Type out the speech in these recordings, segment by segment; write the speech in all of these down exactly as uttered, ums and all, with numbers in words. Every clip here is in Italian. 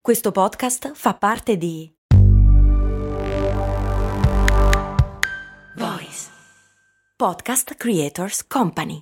Questo podcast fa parte di Voice Podcast Creators Company.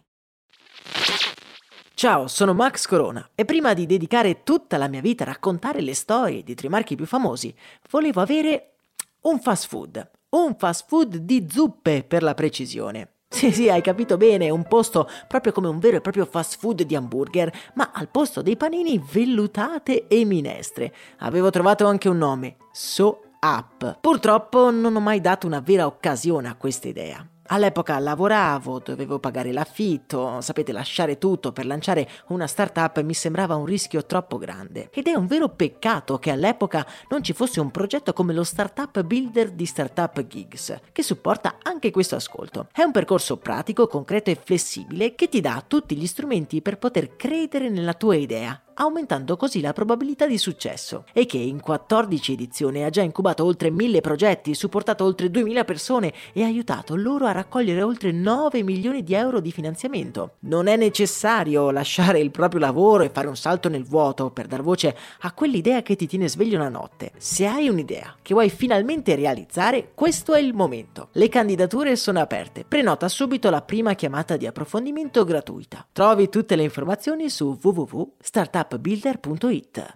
Ciao, sono Max Corona e prima di dedicare tutta la mia vita a raccontare le storie di tre marchi più famosi, volevo avere un fast food, un fast food di zuppe per la precisione. Sì, sì, hai capito bene, un posto proprio come un vero e proprio fast food di hamburger, ma al posto dei panini vellutate e minestre. Avevo trovato anche un nome, So Up. Purtroppo non ho mai dato una vera occasione a questa idea. All'epoca lavoravo, dovevo pagare l'affitto, sapete, lasciare tutto per lanciare una startup mi sembrava un rischio troppo grande. Ed è un vero peccato che all'epoca non ci fosse un progetto come lo Startup Builder di Startup Gigs, che supporta anche questo ascolto. È un percorso pratico, concreto e flessibile che ti dà tutti gli strumenti per poter credere nella tua idea, aumentando così la probabilità di successo, e che in quattordici edizioni ha già incubato oltre mille progetti, supportato oltre duemila persone e aiutato loro a raccogliere oltre nove milioni di euro di finanziamento. Non è necessario lasciare il proprio lavoro e fare un salto nel vuoto per dar voce a quell'idea che ti tiene sveglio la notte. Se hai un'idea che vuoi finalmente realizzare, questo è il momento. Le candidature sono aperte. Prenota subito la prima chiamata di approfondimento gratuita. Trovi tutte le informazioni su w w w punto startup builder punto it.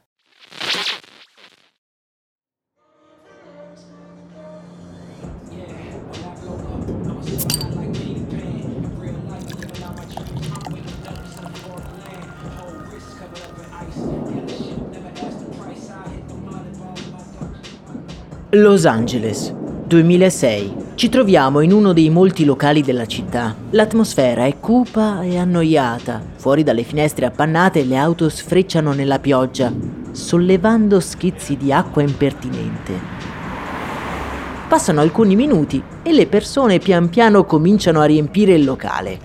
Los Angeles, duemilasei. Ci troviamo in uno dei molti locali della città. L'atmosfera è cupa e annoiata. Fuori dalle finestre appannate le auto sfrecciano nella pioggia, sollevando schizzi di acqua impertinente. Passano alcuni minuti e le persone pian piano cominciano a riempire il locale.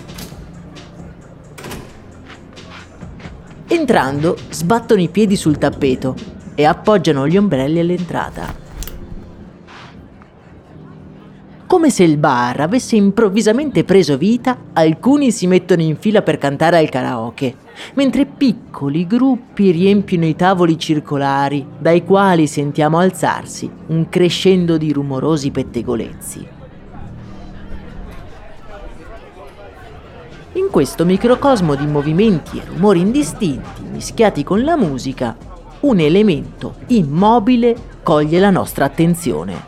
Entrando, sbattono i piedi sul tappeto e appoggiano gli ombrelli all'entrata. Come se il bar avesse improvvisamente preso vita, alcuni si mettono in fila per cantare al karaoke, mentre piccoli gruppi riempiono i tavoli circolari, dai quali sentiamo alzarsi un crescendo di rumorosi pettegolezzi. In questo microcosmo di movimenti e rumori indistinti, mischiati con la musica, un elemento immobile coglie la nostra attenzione.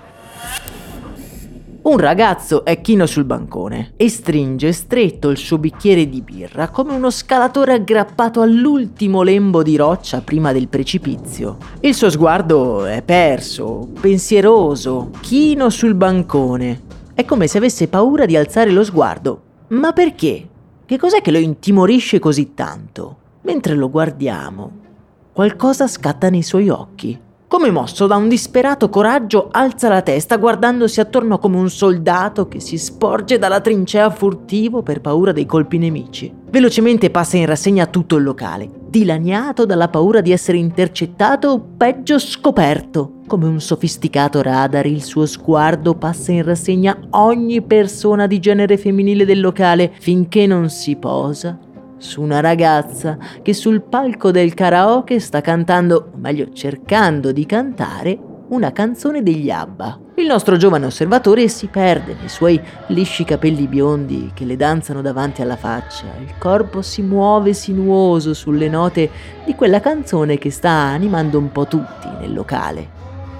Un ragazzo è chino sul bancone e stringe stretto il suo bicchiere di birra come uno scalatore aggrappato all'ultimo lembo di roccia prima del precipizio. Il suo sguardo è perso, pensieroso, chino sul bancone. È come se avesse paura di alzare lo sguardo. Ma perché? Che cos'è che lo intimorisce così tanto? Mentre lo guardiamo, qualcosa scatta nei suoi occhi. Come mosso da un disperato coraggio, alza la testa guardandosi attorno come un soldato che si sporge dalla trincea furtivo per paura dei colpi nemici. Velocemente passa in rassegna tutto il locale, dilaniato dalla paura di essere intercettato o peggio scoperto. Come un sofisticato radar, il suo sguardo passa in rassegna ogni persona di genere femminile del locale finché non si posa su una ragazza che sul palco del karaoke sta cantando, o meglio cercando di cantare, una canzone degli ABBA. Il nostro giovane osservatore si perde nei suoi lisci capelli biondi che le danzano davanti alla faccia. Il corpo si muove sinuoso sulle note di quella canzone che sta animando un po' tutti nel locale.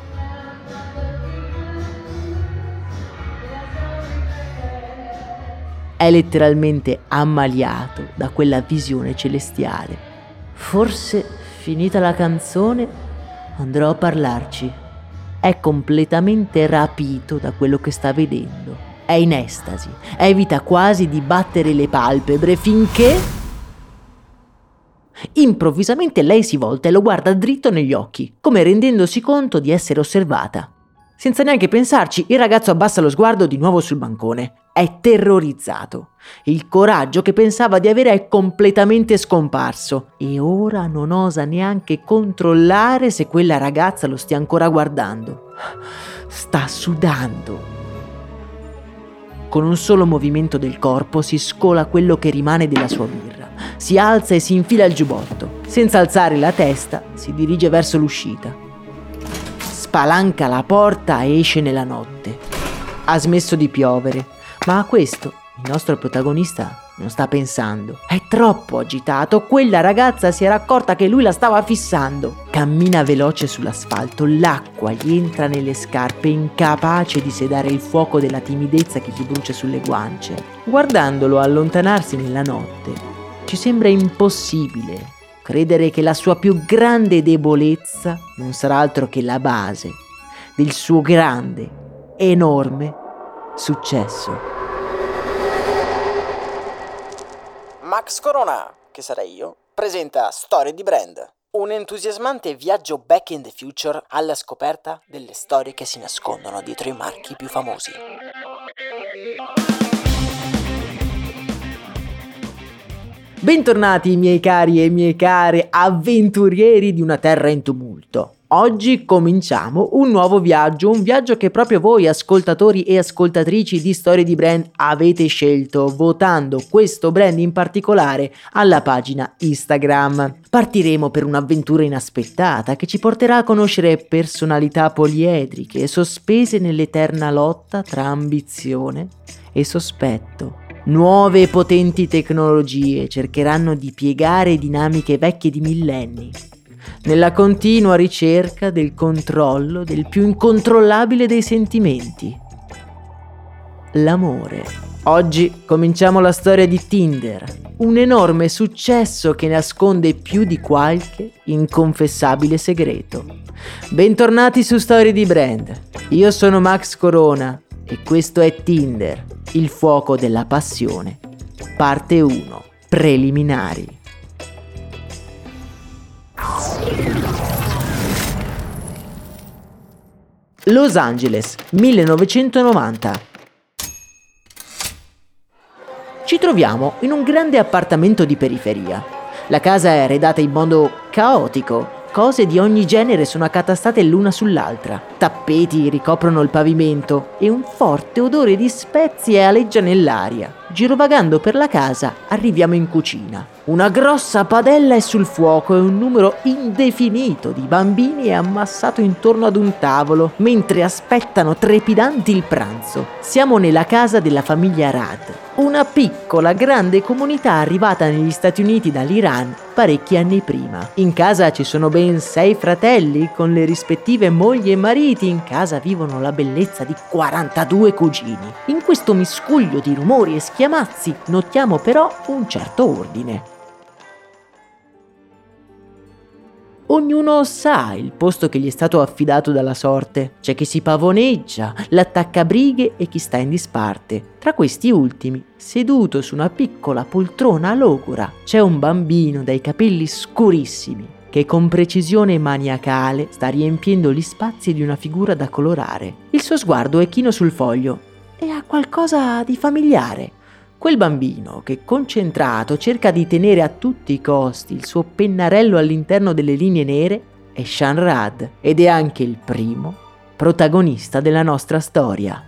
È letteralmente ammaliato da quella visione celestiale. Forse, finita la canzone, andrò a parlarci. È completamente rapito da quello che sta vedendo. È in estasi, evita quasi di battere le palpebre finché... Improvvisamente lei si volta e lo guarda dritto negli occhi, come rendendosi conto di essere osservata. Senza neanche pensarci, il ragazzo abbassa lo sguardo di nuovo sul bancone. È terrorizzato. Il coraggio che pensava di avere è completamente scomparso e ora non osa neanche controllare se quella ragazza lo stia ancora guardando. Sta sudando. Con un solo movimento del corpo si scola quello che rimane della sua birra. Si alza e si infila il giubbotto. Senza alzare la testa, si dirige verso l'uscita. Spalanca la porta e esce nella notte. Ha smesso di piovere, ma a questo il nostro protagonista non sta pensando. È troppo agitato, quella ragazza si era accorta che lui la stava fissando. Cammina veloce sull'asfalto, l'acqua gli entra nelle scarpe, incapace di sedare il fuoco della timidezza che gli brucia sulle guance. Guardandolo allontanarsi nella notte, ci sembra impossibile credere che la sua più grande debolezza non sarà altro che la base del suo grande, enorme successo. Max Corona, che sarei io, presenta Storie di Brand, un entusiasmante viaggio back in the future alla scoperta delle storie che si nascondono dietro i marchi più famosi. Bentornati miei cari e mie care avventurieri di una terra in tumulto. Oggi cominciamo un nuovo viaggio, un viaggio che proprio voi ascoltatori e ascoltatrici di Storie di Brand avete scelto, votando questo brand in particolare alla pagina Instagram. Partiremo per un'avventura inaspettata che ci porterà a conoscere personalità poliedriche sospese nell'eterna lotta tra ambizione e sospetto. Nuove e potenti tecnologie cercheranno di piegare dinamiche vecchie di millenni, nella continua ricerca del controllo del più incontrollabile dei sentimenti, l'amore. Oggi cominciamo la storia di Tinder, un enorme successo che nasconde più di qualche inconfessabile segreto. Bentornati su Storie di Brand, io sono Max Corona e questo è Tinder, il fuoco della passione, parte uno, preliminari. Los Angeles, millenovecentonovanta. Ci troviamo in un grande appartamento di periferia. La casa è arredata in modo caotico. Cose di ogni genere sono accatastate l'una sull'altra. Tappeti ricoprono il pavimento e un forte odore di spezie aleggia nell'aria. Girovagando per la casa, arriviamo in cucina. Una grossa padella è sul fuoco e un numero indefinito di bambini è ammassato intorno ad un tavolo, mentre aspettano trepidanti il pranzo. Siamo nella casa della famiglia Rad, una piccola, grande comunità arrivata negli Stati Uniti dall'Iran parecchi anni prima. In casa ci sono ben sei fratelli, con le rispettive mogli e mariti. In casa vivono la bellezza di quarantadue cugini. In questo miscuglio di rumori e schiamazzi notiamo però un certo ordine. Ognuno sa il posto che gli è stato affidato dalla sorte. C'è chi si pavoneggia, l'attaccabrighe e chi sta in disparte. Tra questi ultimi, seduto su una piccola poltrona logora, c'è un bambino dai capelli scurissimi che con precisione maniacale sta riempiendo gli spazi di una figura da colorare. Il suo sguardo è chino sul foglio e ha qualcosa di familiare. Quel bambino che, concentrato, cerca di tenere a tutti i costi il suo pennarello all'interno delle linee nere è Sean Rad ed è anche il primo protagonista della nostra storia.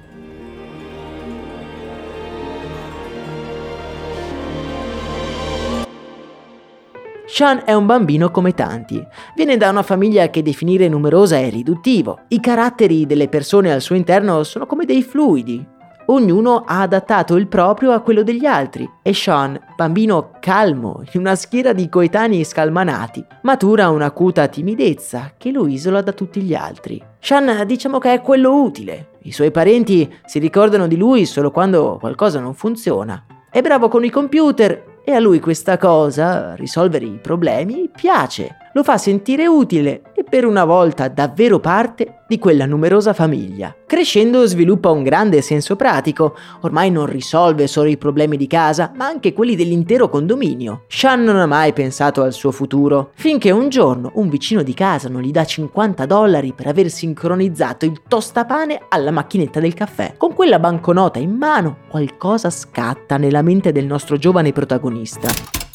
Sean è un bambino come tanti. Viene da una famiglia che definire numerosa è riduttivo. I caratteri delle persone al suo interno sono come dei fluidi. Ognuno ha adattato il proprio a quello degli altri e Sean, bambino calmo, in una schiera di coetanei scalmanati, matura un'acuta timidezza che lo isola da tutti gli altri. Sean diciamo che è quello utile. I suoi parenti si ricordano di lui solo quando qualcosa non funziona. È bravo con i computer e a lui questa cosa, risolvere i problemi, piace. Lo fa sentire utile e per una volta davvero parte di quella numerosa famiglia. Crescendo sviluppa un grande senso pratico. Ormai non risolve solo i problemi di casa, ma anche quelli dell'intero condominio. Sean non ha mai pensato al suo futuro, finché un giorno un vicino di casa non gli dà cinquanta dollari per aver sincronizzato il tostapane alla macchinetta del caffè. Con quella banconota in mano, qualcosa scatta nella mente del nostro giovane protagonista.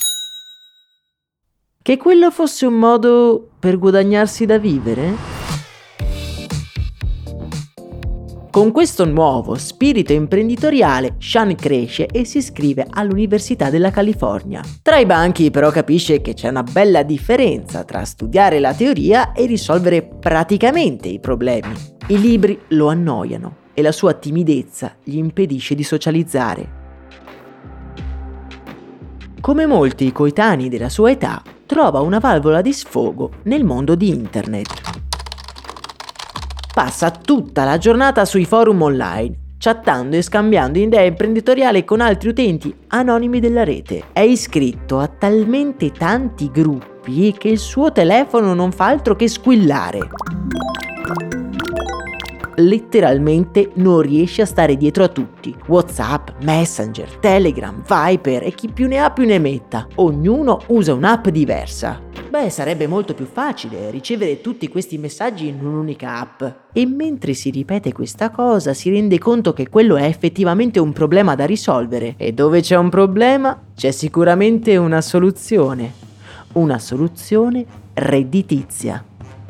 Che quello fosse un modo per guadagnarsi da vivere? Con questo nuovo spirito imprenditoriale, Sean cresce e si iscrive all'Università della California. Tra i banchi però capisce che c'è una bella differenza tra studiare la teoria e risolvere praticamente i problemi. I libri lo annoiano e la sua timidezza gli impedisce di socializzare. Come molti coetanei della sua età, trova una valvola di sfogo nel mondo di internet. Passa tutta la giornata sui forum online, chattando e scambiando idee imprenditoriali con altri utenti anonimi della rete. È iscritto a talmente tanti gruppi che il suo telefono non fa altro che squillare. Letteralmente non riesce a stare dietro a tutti. WhatsApp, Messenger, Telegram, Viber e chi più ne ha più ne metta. Ognuno usa un'app diversa. Beh, sarebbe molto più facile ricevere tutti questi messaggi in un'unica app. E mentre si ripete questa cosa, si rende conto che quello è effettivamente un problema da risolvere. E dove c'è un problema, c'è sicuramente una soluzione. Una soluzione redditizia.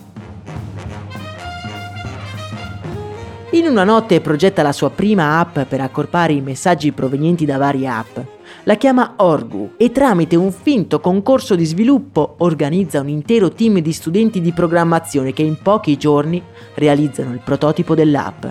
In una notte progetta la sua prima app per accorpare i messaggi provenienti da varie app. La chiama Orgu e tramite un finto concorso di sviluppo organizza un intero team di studenti di programmazione che in pochi giorni realizzano il prototipo dell'app.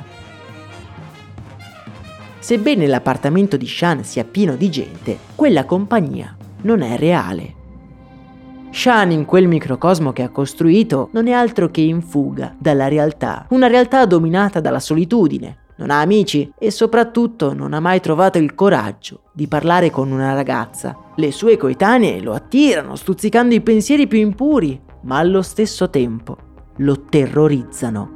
Sebbene l'appartamento di Sean sia pieno di gente, quella compagnia non è reale. Sean in quel microcosmo che ha costruito non è altro che in fuga dalla realtà, una realtà dominata dalla solitudine, non ha amici e soprattutto non ha mai trovato il coraggio di parlare con una ragazza. Le sue coetanee lo attirano, stuzzicando i pensieri più impuri, ma allo stesso tempo lo terrorizzano.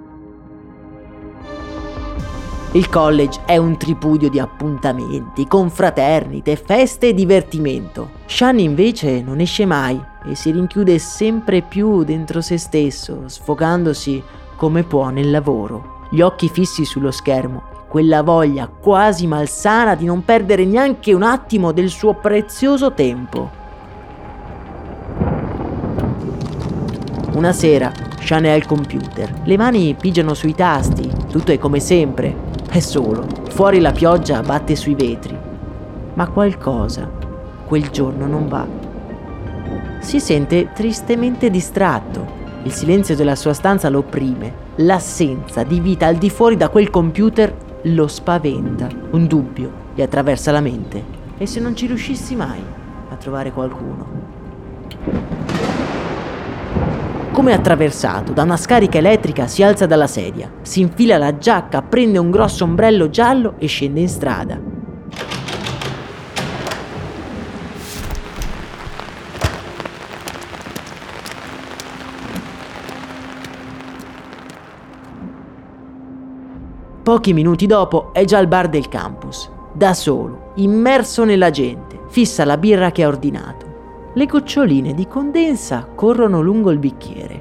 Il college è un tripudio di appuntamenti, confraternite, feste e divertimento. Sean invece non esce mai e si rinchiude sempre più dentro se stesso, sfogandosi come può nel lavoro. Gli occhi fissi sullo schermo, quella voglia quasi malsana di non perdere neanche un attimo del suo prezioso tempo. Una sera Sean è al computer, le mani pigiano sui tasti, tutto è come sempre. È solo, fuori la pioggia batte sui vetri, ma qualcosa quel giorno non va. Si sente tristemente distratto, il silenzio della sua stanza lo opprime, l'assenza di vita al di fuori da quel computer lo spaventa, un dubbio gli attraversa la mente. E se non ci riuscissi mai a trovare qualcuno? Come attraversato da una scarica elettrica si alza dalla sedia, si infila la giacca, prende un grosso ombrello giallo e scende in strada. Pochi minuti dopo è già al bar del campus, da solo, immerso nella gente, fissa la birra che ha ordinato. Le goccioline di condensa corrono lungo il bicchiere.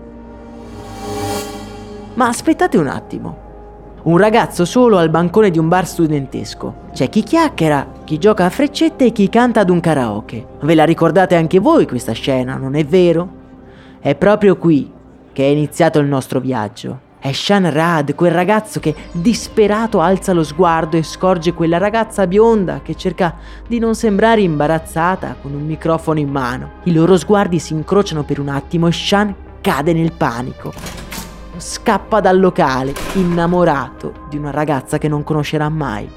Ma aspettate un attimo. Un ragazzo solo al bancone di un bar studentesco. C'è chi chiacchiera, chi gioca a freccette e chi canta ad un karaoke. Ve la ricordate anche voi questa scena, non è vero? È proprio qui che è iniziato il nostro viaggio. È Sean Rad, quel ragazzo che disperato alza lo sguardo e scorge quella ragazza bionda che cerca di non sembrare imbarazzata con un microfono in mano. I loro sguardi si incrociano per un attimo e Sean cade nel panico. Scappa dal locale, innamorato di una ragazza che non conoscerà mai.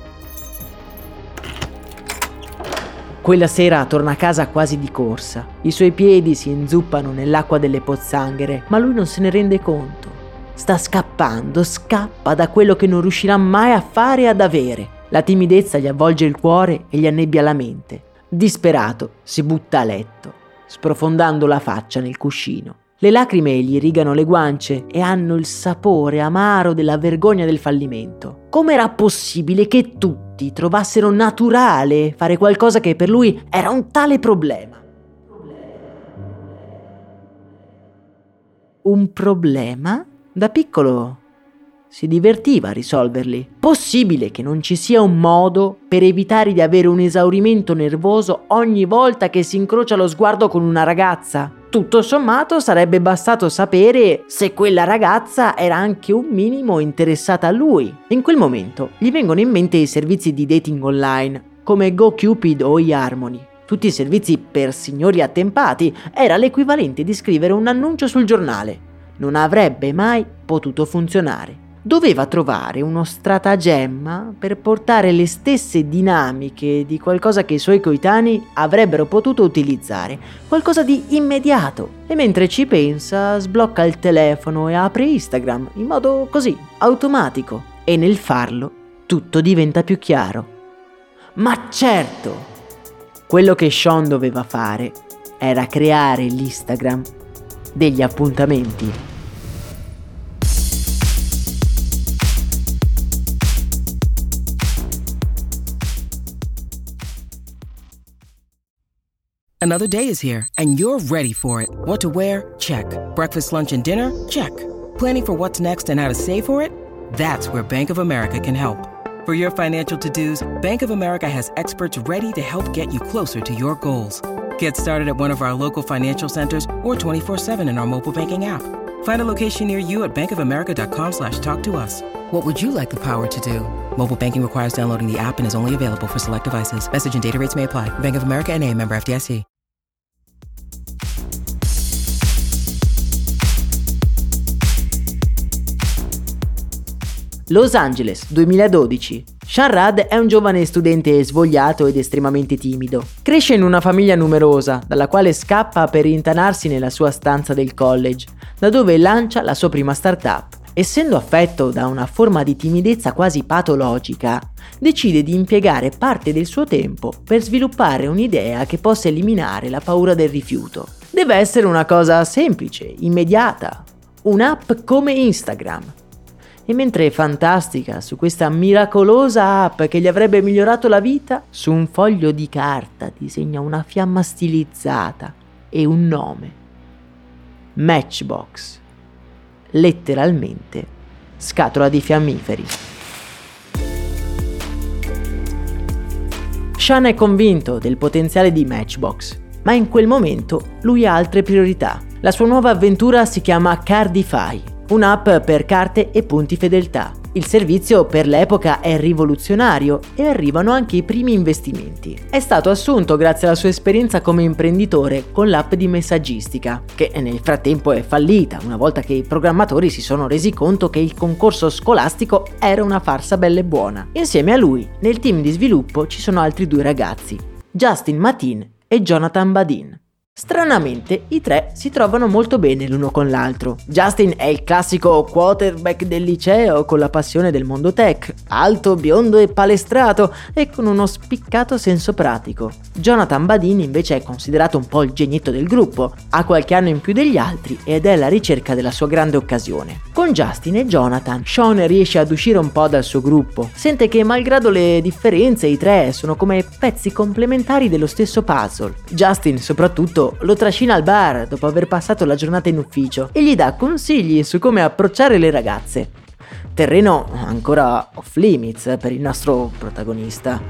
Quella sera torna a casa quasi di corsa. I suoi piedi si inzuppano nell'acqua delle pozzanghere, ma lui non se ne rende conto. Sta scappando, scappa da quello che non riuscirà mai a fare e ad avere. La timidezza gli avvolge il cuore e gli annebbia la mente. Disperato, si butta a letto, sprofondando la faccia nel cuscino. Le lacrime gli rigano le guance e hanno il sapore amaro della vergogna del fallimento. Com'era possibile che tutti trovassero naturale fare qualcosa che per lui era un tale problema? Un problema? Da piccolo si divertiva a risolverli. Possibile che non ci sia un modo per evitare di avere un esaurimento nervoso ogni volta che si incrocia lo sguardo con una ragazza? Tutto sommato sarebbe bastato sapere se quella ragazza era anche un minimo interessata a lui. In quel momento gli vengono in mente i servizi di dating online come GoCupid o eHarmony. Tutti i servizi per signori attempati. Era l'equivalente di scrivere un annuncio sul giornale. Non avrebbe mai potuto funzionare. Doveva trovare uno stratagemma per portare le stesse dinamiche di qualcosa che i suoi coetanei avrebbero potuto utilizzare, qualcosa di immediato. E mentre ci pensa, sblocca il telefono e apre Instagram in modo così, automatico. E nel farlo, tutto diventa più chiaro. Ma certo! Quello che Sean doveva fare era creare l'Instagram degli appuntamenti. Another day is here, and you're ready for it. What to wear? Check. Breakfast, lunch, and dinner? Check. Planning for what's next and how to save for it? That's where Bank of America can help. For your financial to-dos, Bank of America has experts ready to help get you closer to your goals. Get started at one of our local financial centers or twenty-four seven in our mobile banking app. Find a location near you at bankofamerica.com slash talk to us. What would you like the power to do? Mobile banking requires downloading the app and is only available for select devices. Message and data rates may apply. Bank of America N A, member F D I C. Los Angeles, duemiladodici. Sean Rudd è un giovane studente svogliato ed estremamente timido. Cresce in una famiglia numerosa, dalla quale scappa per rintanarsi nella sua stanza del college, da dove lancia la sua prima startup. Essendo affetto da una forma di timidezza quasi patologica, decide di impiegare parte del suo tempo per sviluppare un'idea che possa eliminare la paura del rifiuto. Deve essere una cosa semplice, immediata, un'app come Instagram. E mentre fantastica su questa miracolosa app che gli avrebbe migliorato la vita, su un foglio di carta disegna una fiamma stilizzata e un nome. Matchbox. Letteralmente scatola di fiammiferi. Sean è convinto del potenziale di Matchbox, ma in quel momento lui ha altre priorità. La sua nuova avventura si chiama Cardify, un'app per carte e punti fedeltà. Il servizio per l'epoca è rivoluzionario e arrivano anche i primi investimenti. È stato assunto grazie alla sua esperienza come imprenditore con l'app di messaggistica, che nel frattempo è fallita una volta che i programmatori si sono resi conto che il concorso scolastico era una farsa bella e buona. Insieme a lui, nel team di sviluppo ci sono altri due ragazzi, Justin Mateen e Jonathan Badin. Stranamente, i tre si trovano molto bene l'uno con l'altro. Justin è il classico quarterback del liceo con la passione del mondo tech, alto, biondo e palestrato e con uno spiccato senso pratico. Jonathan Badin invece è considerato un po' il genietto del gruppo, ha qualche anno in più degli altri ed è alla ricerca della sua grande occasione. Con Justin e Jonathan, Sean riesce ad uscire un po' dal suo gruppo. Sente che malgrado le differenze i tre sono come pezzi complementari dello stesso puzzle. Justin soprattutto lo trascina al bar dopo aver passato la giornata in ufficio e gli dà consigli su come approcciare le ragazze. Terreno ancora off limits per il nostro protagonista.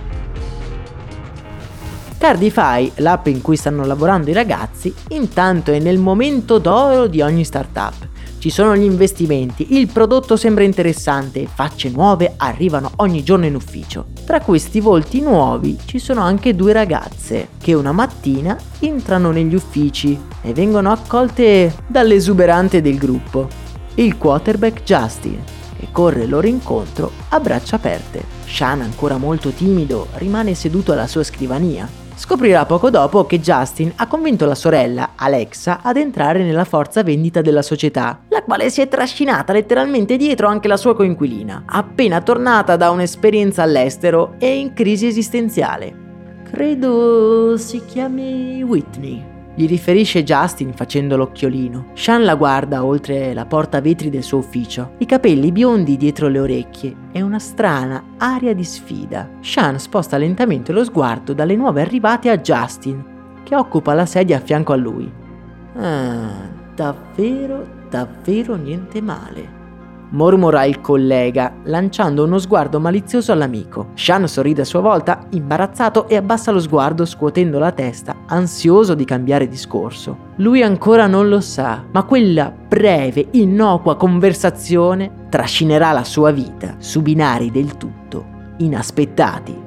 Cardify, l'app in cui stanno lavorando i ragazzi, intanto è nel momento d'oro di ogni startup. Ci sono gli investimenti, il prodotto sembra interessante e facce nuove arrivano ogni giorno in ufficio. Tra questi volti nuovi ci sono anche due ragazze che una mattina entrano negli uffici e vengono accolte dall'esuberante del gruppo, il quarterback Justin, che corre loro incontro a braccia aperte. Sean, ancora molto timido, rimane seduto alla sua scrivania. Scoprirà poco dopo che Justin ha convinto la sorella, Alexa, ad entrare nella forza vendita della società, la quale si è trascinata letteralmente dietro anche la sua coinquilina, appena tornata da un'esperienza all'estero e in crisi esistenziale. Credo si chiami Whitney, gli riferisce Justin facendo l'occhiolino. Sean la guarda oltre la porta vetri del suo ufficio, i capelli biondi dietro le orecchie e una strana aria di sfida. Sean sposta lentamente lo sguardo dalle nuove arrivate a Justin, che occupa la sedia a fianco a lui. Ah, davvero, davvero niente male. mormora il collega, lanciando uno sguardo malizioso all'amico. Sean sorride a sua volta, imbarazzato, e abbassa lo sguardo scuotendo la testa, ansioso di cambiare discorso. Lui ancora non lo sa, ma quella breve, innocua conversazione trascinerà la sua vita su binari del tutto inaspettati.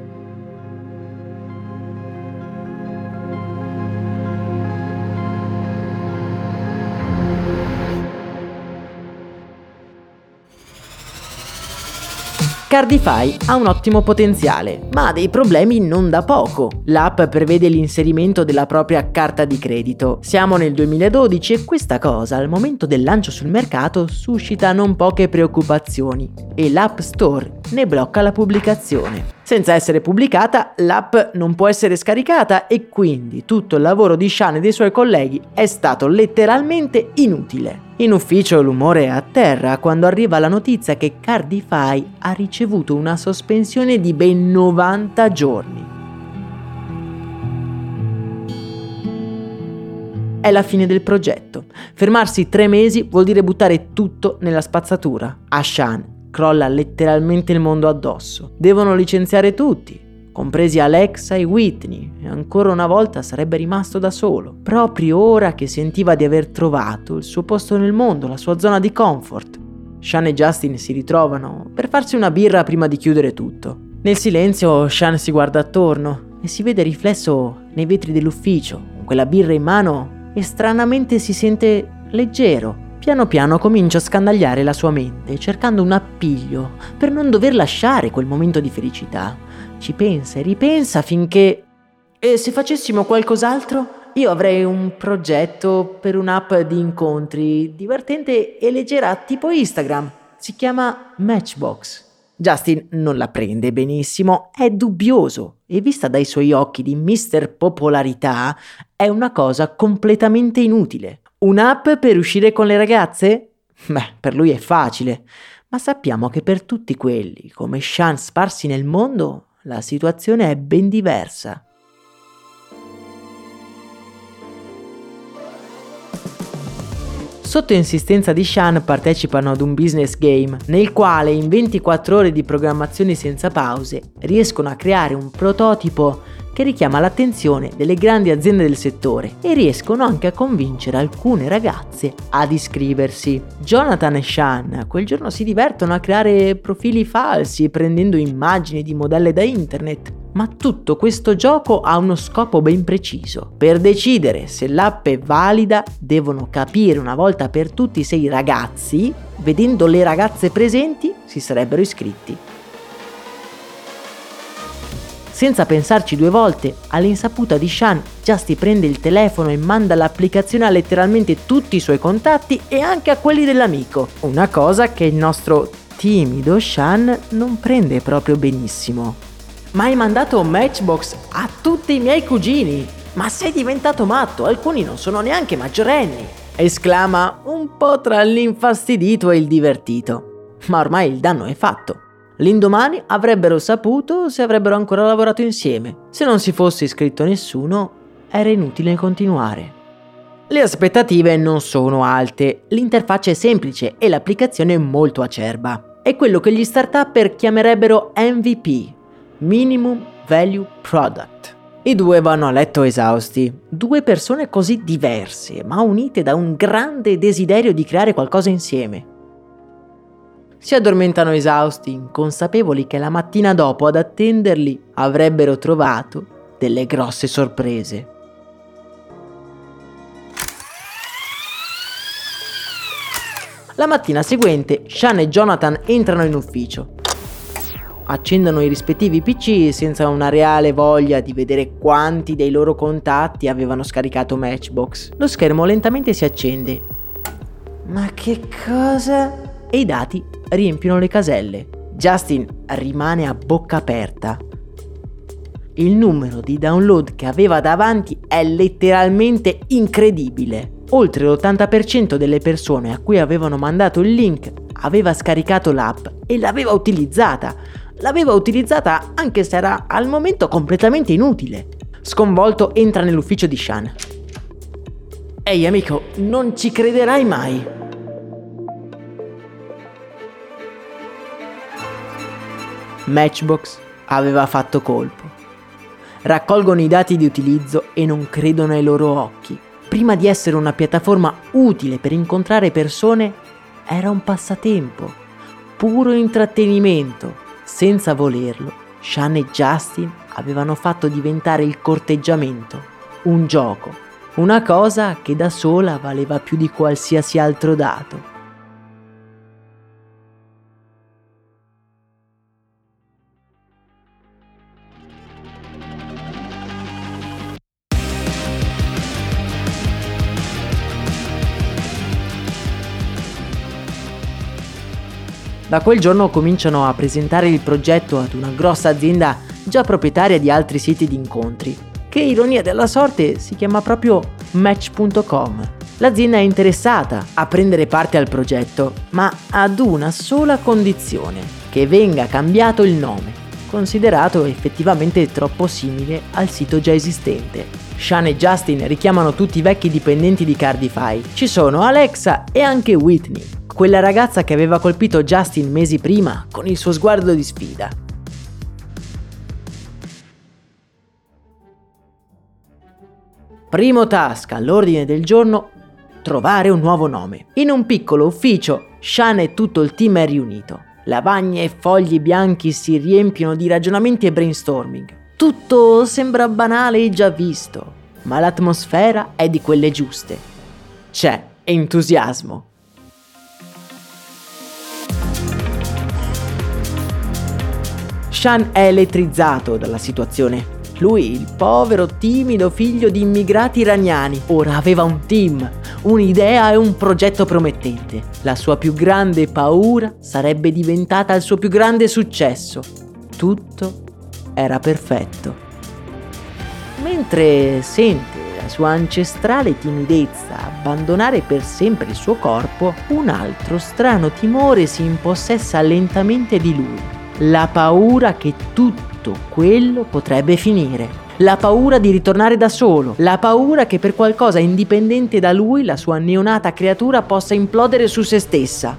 Cardify ha un ottimo potenziale, ma ha dei problemi non da poco. L'app prevede l'inserimento della propria carta di credito. Siamo nel duemiladodici e questa cosa, al momento del lancio sul mercato, suscita non poche preoccupazioni e l'App Store ne blocca la pubblicazione. Senza essere pubblicata, l'app non può essere scaricata e quindi tutto il lavoro di Sean e dei suoi colleghi è stato letteralmente inutile. In ufficio l'umore è a terra quando arriva la notizia che Cardify ha ricevuto una sospensione di ben novanta giorni. È la fine del progetto. Fermarsi tre mesi vuol dire buttare tutto nella spazzatura. A Sean crolla letteralmente il mondo addosso. Devono licenziare tutti, compresi Alexa e Whitney, e ancora una volta sarebbe rimasto da solo, proprio ora che sentiva di aver trovato il suo posto nel mondo, la sua zona di comfort. Sean e Justin si ritrovano per farsi una birra prima di chiudere tutto. Nel silenzio Sean si guarda attorno e si vede riflesso nei vetri dell'ufficio, con quella birra in mano, e stranamente si sente leggero. Piano piano comincia a scandagliare la sua mente, cercando un appiglio per non dover lasciare quel momento di felicità. Ci pensa e ripensa finché... E se facessimo qualcos'altro? Io avrei un progetto per un'app di incontri divertente e leggera tipo Instagram. Si chiama Matchbox. Justin non la prende benissimo, è dubbioso e vista dai suoi occhi di mister Popolarità è una cosa completamente inutile. Un'app per uscire con le ragazze? Beh, per lui è facile, ma sappiamo che per tutti quelli come Sean sparsi nel mondo la situazione è ben diversa. Sotto insistenza di Sean partecipano ad un business game nel quale in ventiquattro ore di programmazione senza pause riescono a creare un prototipo che richiama l'attenzione delle grandi aziende del settore e riescono anche a convincere alcune ragazze ad iscriversi. Jonathan e Sean quel giorno si divertono a creare profili falsi prendendo immagini di modelle da internet, ma tutto questo gioco ha uno scopo ben preciso. Per decidere se l'app è valida devono capire una volta per tutti se i ragazzi, vedendo le ragazze presenti, si sarebbero iscritti. Senza pensarci due volte, all'insaputa di Sean, Justin prende il telefono e manda l'applicazione a letteralmente tutti i suoi contatti e anche a quelli dell'amico. Una cosa che il nostro timido Sean non prende proprio benissimo. Ma hai mandato Matchbox a tutti i miei cugini? Ma sei diventato matto, alcuni non sono neanche maggiorenni! Esclama un po' tra l'infastidito e il divertito. Ma ormai il danno è fatto. L'indomani avrebbero saputo se avrebbero ancora lavorato insieme. Se non si fosse iscritto nessuno, era inutile continuare. Le aspettative non sono alte, l'interfaccia è semplice e l'applicazione è molto acerba. È quello che gli start-upper chiamerebbero M V P, Minimum Value Product. I due vanno a letto esausti, due persone così diverse, ma unite da un grande desiderio di creare qualcosa insieme. Si addormentano esausti, inconsapevoli che la mattina dopo ad attenderli avrebbero trovato delle grosse sorprese. La mattina seguente, Sean e Jonathan entrano in ufficio. Accendono i rispettivi P C senza una reale voglia di vedere quanti dei loro contatti avevano scaricato Matchbox. Lo schermo lentamente si accende. Ma che cosa? E i dati riempiono le caselle. Justin rimane a bocca aperta. Il numero di download che aveva davanti è letteralmente incredibile. Oltre l'ottanta per cento delle persone a cui avevano mandato il link aveva scaricato l'app e l'aveva utilizzata. L'aveva utilizzata anche se era al momento completamente inutile. Sconvolto entra nell'ufficio di Sean. Ehi amico, non ci crederai mai. Matchbox aveva fatto colpo. Raccolgono i dati di utilizzo e non credono ai loro occhi. Prima di essere una piattaforma utile per incontrare persone, era un passatempo, puro intrattenimento. Senza volerlo, Sean e Justin avevano fatto diventare il corteggiamento un gioco, una cosa che da sola valeva più di qualsiasi altro dato. Da quel giorno cominciano a presentare il progetto ad una grossa azienda già proprietaria di altri siti di incontri, che ironia della sorte si chiama proprio Match punto com. L'azienda è interessata a prendere parte al progetto, ma ad una sola condizione: che venga cambiato il nome, considerato effettivamente troppo simile al sito già esistente. Sean e Justin richiamano tutti i vecchi dipendenti di Cardify. Ci sono Alexa e anche Whitney, quella ragazza che aveva colpito Justin mesi prima con il suo sguardo di sfida. Primo task all'ordine del giorno: trovare un nuovo nome. In un piccolo ufficio, Sean e tutto il team è riunito. Lavagne e fogli bianchi si riempiono di ragionamenti e brainstorming. Tutto sembra banale e già visto, ma l'atmosfera è di quelle giuste. C'è entusiasmo. Sean è elettrizzato dalla situazione. Lui, il povero, timido figlio di immigrati iraniani, ora aveva un team, un'idea e un progetto promettente. La sua più grande paura sarebbe diventata il suo più grande successo. Tutto era perfetto. Mentre sente la sua ancestrale timidezza abbandonare per sempre il suo corpo, un altro strano timore si impossessa lentamente di lui. La paura che tutto quello potrebbe finire. La paura di ritornare da solo. La paura che per qualcosa indipendente da lui la sua neonata creatura possa implodere su se stessa.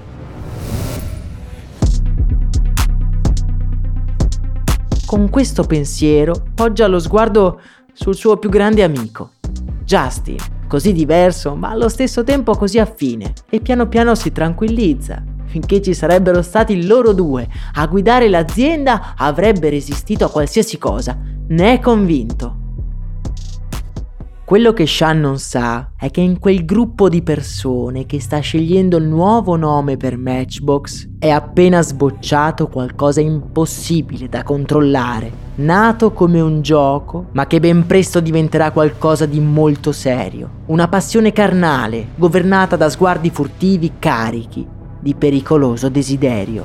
Con questo pensiero poggia lo sguardo sul suo più grande amico, Justin, così diverso ma allo stesso tempo così affine, e piano piano si tranquillizza. Finché ci sarebbero stati loro due a guidare l'azienda, avrebbe resistito a qualsiasi cosa, ne è convinto. Quello che Sean non sa è che in quel gruppo di persone che sta scegliendo il nuovo nome per Matchbox è appena sbocciato qualcosa impossibile da controllare, nato come un gioco, ma che ben presto diventerà qualcosa di molto serio. Una passione carnale, governata da sguardi furtivi carichi di pericoloso desiderio.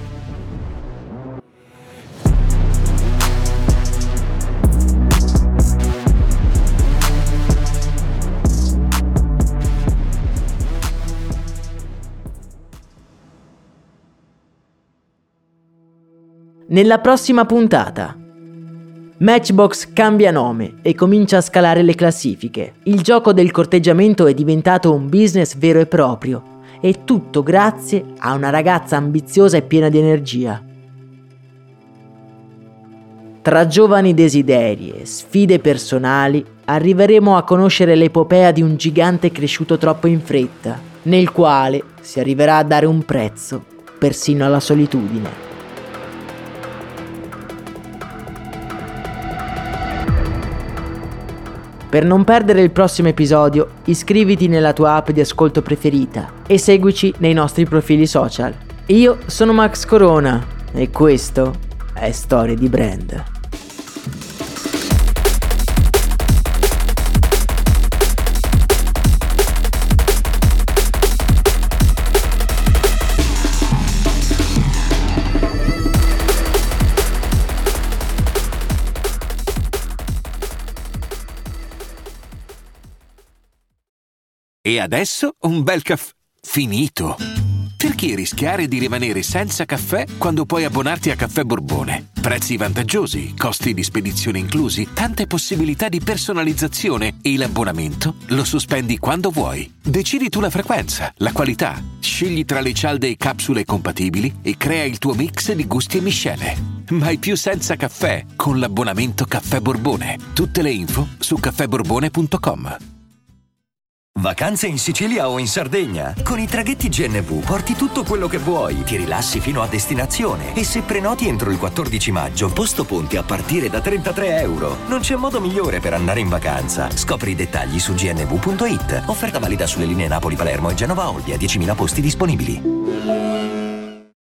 Nella prossima puntata, Matchbox cambia nome e comincia a scalare le classifiche. Il gioco del corteggiamento è diventato un business vero e proprio, e tutto grazie a una ragazza ambiziosa e piena di energia. Tra giovani desideri e sfide personali arriveremo a conoscere l'epopea di un gigante cresciuto troppo in fretta, nel quale si arriverà a dare un prezzo persino alla solitudine. Per non perdere il prossimo episodio, iscriviti nella tua app di ascolto preferita e seguici nei nostri profili social. Io sono Max Corona e questo è Storie di Brand. E adesso un bel caffè finito. Perché rischiare di rimanere senza caffè quando puoi abbonarti a Caffè Borbone? Prezzi vantaggiosi, costi di spedizione inclusi, tante possibilità di personalizzazione e l'abbonamento lo sospendi quando vuoi. Decidi tu la frequenza, la qualità, scegli tra le cialde e capsule compatibili e crea il tuo mix di gusti e miscele. mai più senza caffè con l'abbonamento Caffè Borbone. Tutte le info su caffè borbone punto com. Vacanze in Sicilia o in Sardegna? Con i traghetti G N V porti tutto quello che vuoi, ti rilassi fino a destinazione e se prenoti entro il quattordici maggio, posto ponti a partire da trentatré euro. Non c'è modo migliore per andare in vacanza. Scopri i dettagli su g n v punto i t. Offerta valida sulle linee Napoli-Palermo e Genova-Olbia, diecimila posti disponibili.